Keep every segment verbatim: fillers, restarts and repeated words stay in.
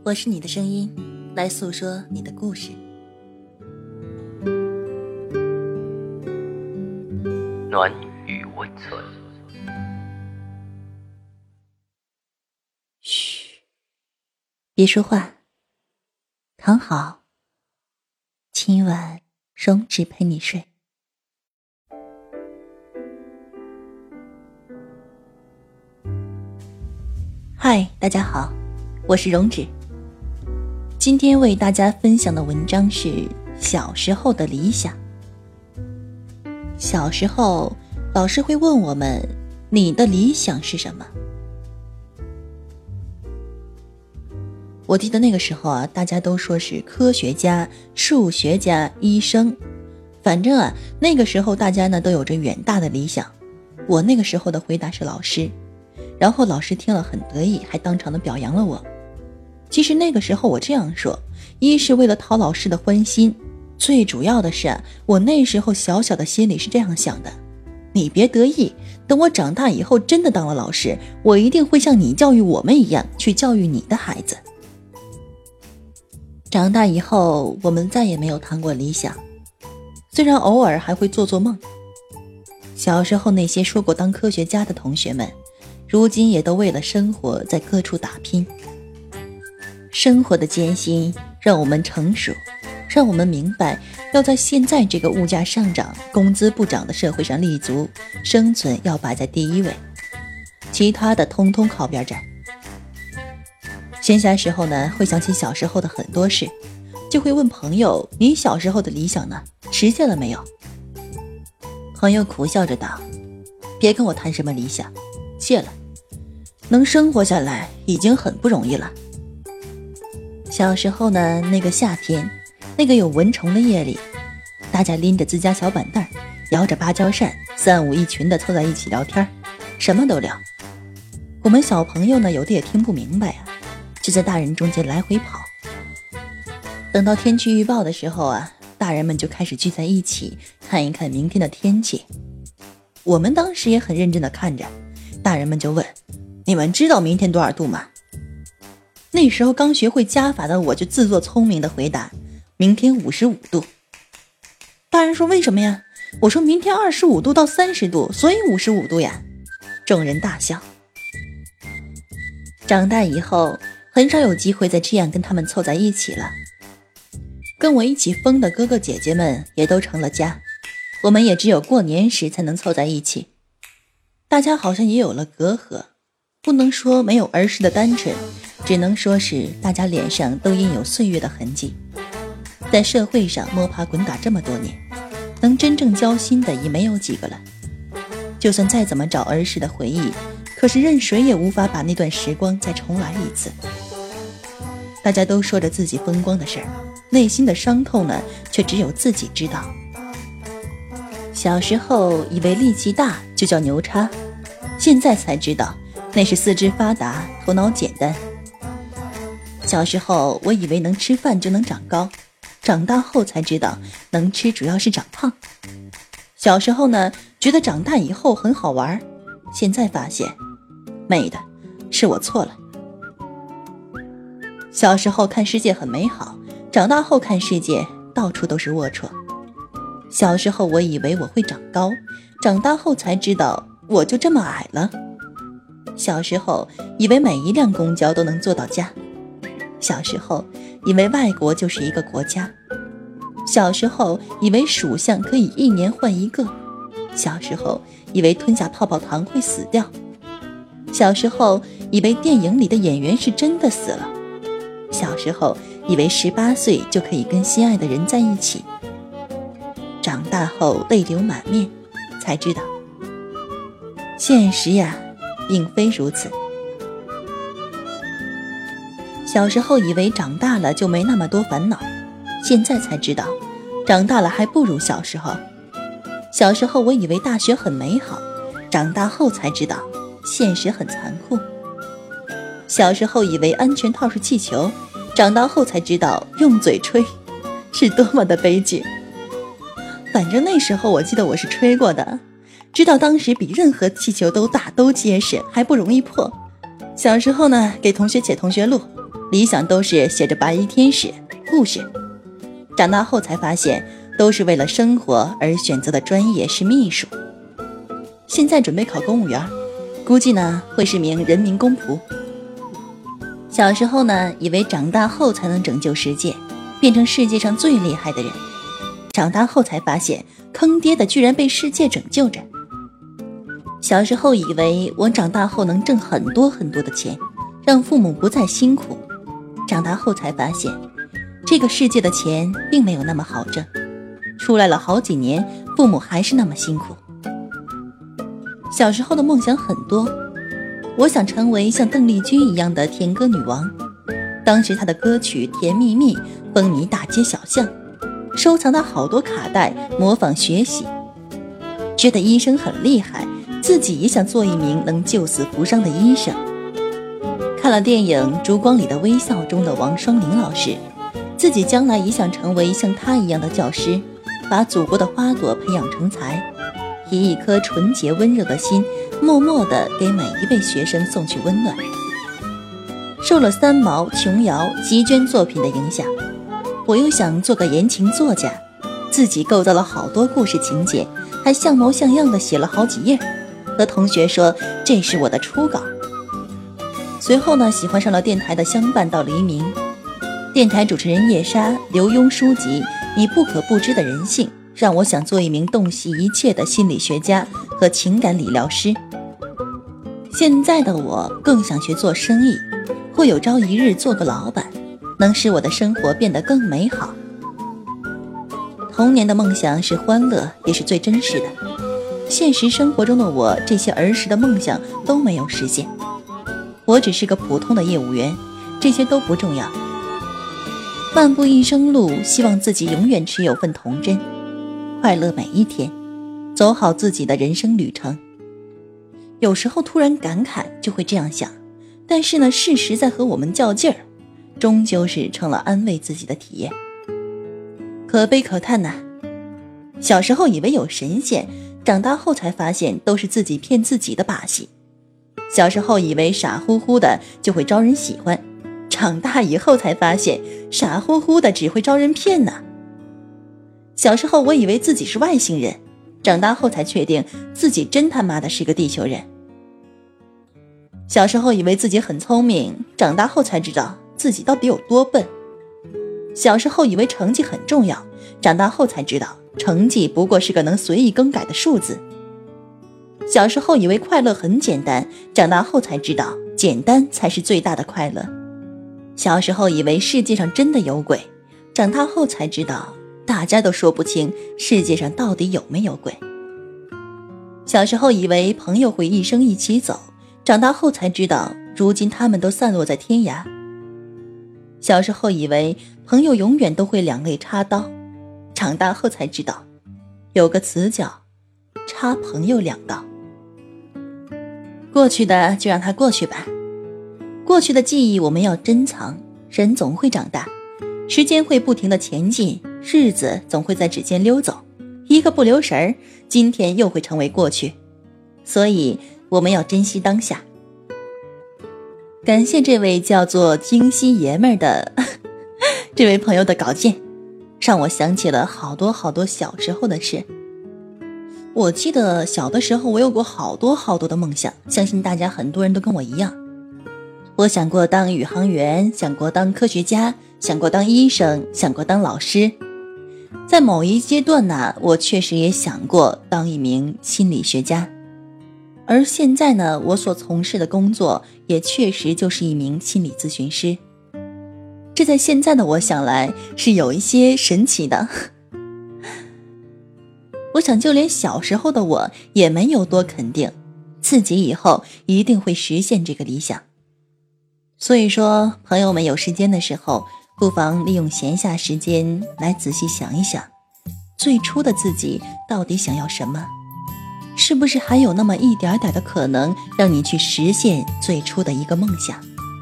我是你的声音，来诉说你的故事。 暖与温存。 嘘，别说话，躺好，今晚荣止陪你睡。嗨，大家好，我是荣止。今天为大家分享的文章是小时候的理想。小时候，老师会问我们，你的理想是什么？我记得那个时候啊，大家都说是科学家、数学家、医生，反正啊，那个时候大家呢都有着远大的理想。我那个时候的回答是老师，然后老师听了很得意，还当场的表扬了我。其实那个时候我这样说，一是为了讨老师的欢心，最主要的是啊，我那时候小小的心里是这样想的，你别得意，等我长大以后真的当了老师，我一定会像你教育我们一样去教育你的孩子。长大以后，我们再也没有谈过理想，虽然偶尔还会做做梦。小时候那些说过当科学家的同学们，如今也都为了生活在各处打拼。生活的艰辛让我们成熟，让我们明白要在现在这个物价上涨、工资不涨的社会上立足，生存要摆在第一位，其他的通通靠边站。闲暇时候呢，会想起小时候的很多事，就会问朋友，你小时候的理想呢，实现了没有？朋友苦笑着道，别跟我谈什么理想，谢了，能生活下来已经很不容易了。小时候呢，那个夏天，那个有蚊虫的夜里，大家拎着自家小板凳，摇着芭蕉扇，三五一群的凑在一起聊天，什么都聊。我们小朋友呢，有的也听不明白啊，就在大人中间来回跑。等到天气预报的时候啊，大人们就开始聚在一起看一看明天的天气。我们当时也很认真的看着，大人们就问，你们知道明天多少度吗？那时候刚学会加法的我就自作聪明的回答，明天五十五度。大人说为什么呀？我说明天二十五度到三十度，所以五十五度呀。众人大笑。长大以后，很少有机会再这样跟他们凑在一起了。跟我一起疯的哥哥姐姐们也都成了家，我们也只有过年时才能凑在一起。大家好像也有了隔阂，不能说没有儿时的单纯，只能说是大家脸上都印有岁月的痕迹。在社会上摸爬滚打这么多年，能真正交心的已没有几个了。就算再怎么找儿时的回忆，可是任谁也无法把那段时光再重来一次。大家都说着自己风光的事儿，内心的伤痛呢，却只有自己知道。小时候以为力气大就叫牛叉，现在才知道那是四肢发达，头脑简单。小时候我以为能吃饭就能长高，长大后才知道能吃主要是长胖。小时候呢，觉得长大以后很好玩，现在发现妹的，是我错了。小时候看世界很美好，长大后看世界到处都是龌龊。小时候我以为我会长高，长大后才知道我就这么矮了。小时候以为每一辆公交都能坐到家，小时候以为外国就是一个国家，小时候以为属相可以一年换一个，小时候以为吞下泡泡糖会死掉，小时候以为电影里的演员是真的死了，小时候以为十八岁就可以跟心爱的人在一起。长大后泪流满面，才知道现实呀并非如此。小时候以为长大了就没那么多烦恼，现在才知道长大了还不如小时候。小时候我以为大学很美好，长大后才知道现实很残酷。小时候以为安全套是气球，长大后才知道用嘴吹是多么的悲剧。反正那时候我记得我是吹过的，知道当时比任何气球都大都结实，还不容易破。小时候呢，给同学写同学录， 理想都是写着白衣天使故事，长大后才发现都是为了生活而选择的专业是秘书。现在准备考公务员，估计呢会是名人民公仆。小时候呢，以为长大后才能拯救世界，变成世界上最厉害的人。长大后才发现，坑爹的居然被世界拯救着。小时候以为我长大后能挣很多很多的钱，让父母不再辛苦。长大后才发现，这个世界的钱并没有那么好挣，出来了好几年，父母还是那么辛苦。小时候的梦想很多，我想成为像邓丽君一样的甜歌女王。当时她的歌曲《甜蜜蜜》风靡大街小巷，收藏了好多卡带，模仿学习。觉得医生很厉害，自己也想做一名能救死扶伤的医生。看了电影《烛光里的微笑》中的王双林老师，自己将来也想成为像他一样的教师，把祖国的花朵培养成才，以一颗纯洁温柔的心，默默地给每一位学生送去温暖。受了三毛、琼瑶、席绢作品的影响，我又想做个言情作家，自己构造了好多故事情节，还像模像样地写了好几页，和同学说这是我的初稿。随后呢，喜欢上了电台的相伴到黎明。电台主持人叶莎、刘墉书籍《你不可不知的人性》，让我想做一名洞悉一切的心理学家和情感理疗师。现在的我更想学做生意，或有朝一日做个老板，能使我的生活变得更美好。童年的梦想是欢乐，也是最真实的。现实生活中的我，这些儿时的梦想都没有实现。我只是个普通的业务员，这些都不重要。漫步一生路，希望自己永远持有份童真，快乐每一天，走好自己的人生旅程。有时候突然感慨，就会这样想，但是呢，事实在和我们较劲儿，终究是成了安慰自己的体验。可悲可叹呐、啊！小时候以为有神仙，长大后才发现都是自己骗自己的把戏。小时候以为傻乎乎的就会招人喜欢，长大以后才发现傻乎乎的只会招人骗呢。小时候我以为自己是外星人，长大后才确定自己真他妈的是个地球人。小时候以为自己很聪明，长大后才知道自己到底有多笨。小时候以为成绩很重要，长大后才知道成绩不过是个能随意更改的数字。小时候以为快乐很简单，长大后才知道简单才是最大的快乐。小时候以为世界上真的有鬼，长大后才知道大家都说不清世界上到底有没有鬼。小时候以为朋友会一生一起走，长大后才知道如今他们都散落在天涯。小时候以为朋友永远都会两肋插刀，长大后才知道有个词叫插朋友两刀。过去的就让它过去吧，过去的记忆我们要珍藏。人总会长大，时间会不停地前进，日子总会在指尖溜走，一个不留神儿，今天又会成为过去。所以我们要珍惜当下。感谢这位叫做京西爷们儿的这位朋友的稿件，让我想起了好多好多小时候的事。我记得小的时候我有过好多好多的梦想，相信大家很多人都跟我一样。我想过当宇航员，想过当科学家，想过当医生，想过当老师。在某一阶段呢，我确实也想过当一名心理学家。而现在呢，我所从事的工作也确实就是一名心理咨询师。这在现在的我想来是有一些神奇的。我想就连小时候的我也没有多肯定自己以后一定会实现这个理想。所以说，朋友们有时间的时候，不妨利用闲暇时间来仔细想一想，最初的自己到底想要什么？是不是还有那么一点点的可能让你去实现最初的一个梦想？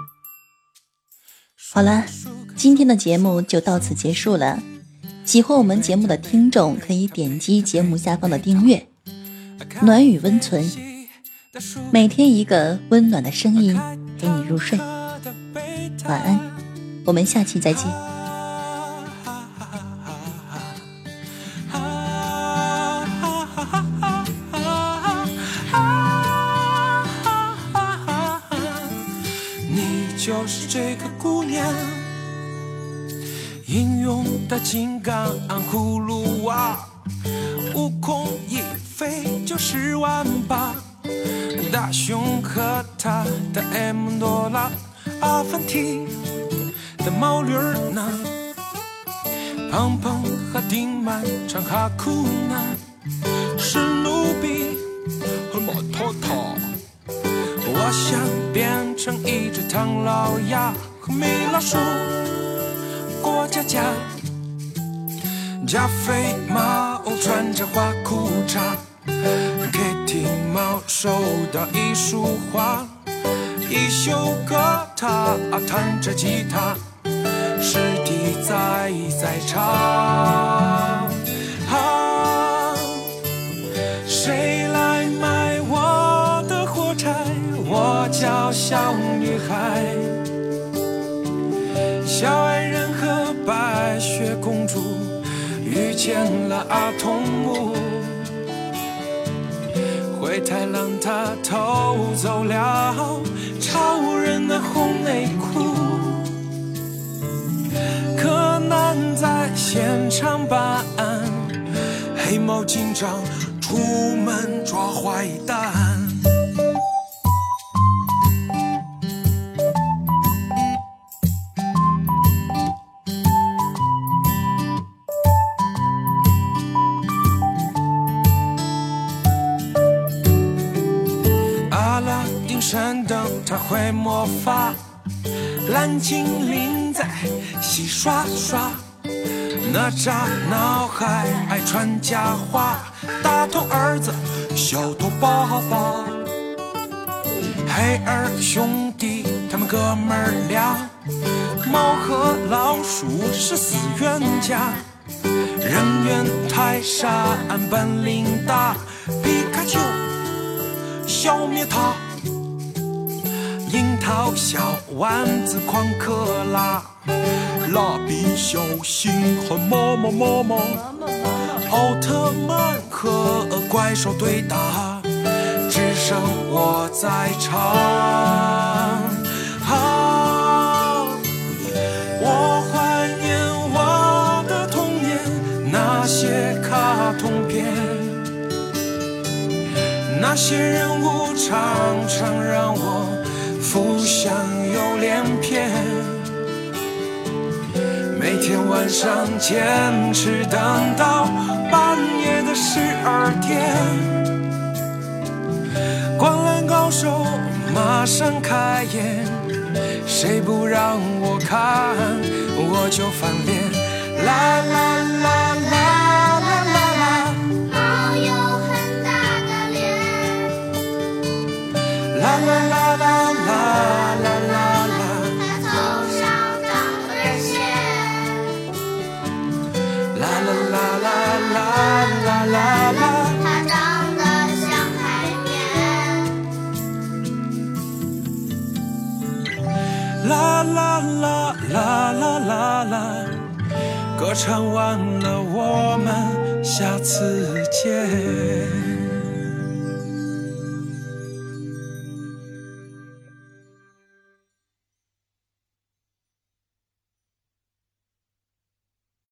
好了，今天的节目就到此结束了。喜欢我们节目的听众可以点击节目下方的订阅，暖与温存，每天一个温暖的声音陪你入睡，晚安。 我们下期再见。 你就是这个姑娘，英勇的金刚葫芦娃，悟空一飞就十万八，大雄和他的艾蒙多拉，阿凡提的毛驴儿呢，胖胖和丁满唱哈库呢，史努比和马托托。我想变成一只唐老鸭和米老鼠过家家，加菲猫穿着花裤衩 ，Kitty 猫收到一束花，一休哥他弹着吉他，师弟在在唱。啊，谁来买我的火柴？我叫小女孩。小矮人和白雪公主遇见了阿童木，灰太狼他偷走了超人的红内裤，柯南在现场办案，黑猫警长出门抓坏蛋。闪灯它会魔法，蓝精灵在洗刷刷，哪吒闹海爱穿假花，大头儿子小头爸爸，黑儿兄弟他们哥们儿俩，猫和老鼠是死冤家，人猿泰山本领大，皮卡丘消灭他，樱桃小丸子狂克拉，蜡笔小新和么么么么，奥特曼和怪兽对打，只剩我在唱。啊，我怀念我的童年，那些卡通片，那些人物常常让我浮想又连篇，每天晚上坚持等到半夜的十二点，灌篮高手马上开演，谁不让我看我就翻脸，啦啦啦啦啦啦啦， 好有很大的脸， 啦啦啦啦啦啦啦啦， 他头上长根线， 啦啦啦啦啦啦啦啦， 他长得像海绵， 啦啦啦啦啦啦啦，歌唱完了，我们下次见。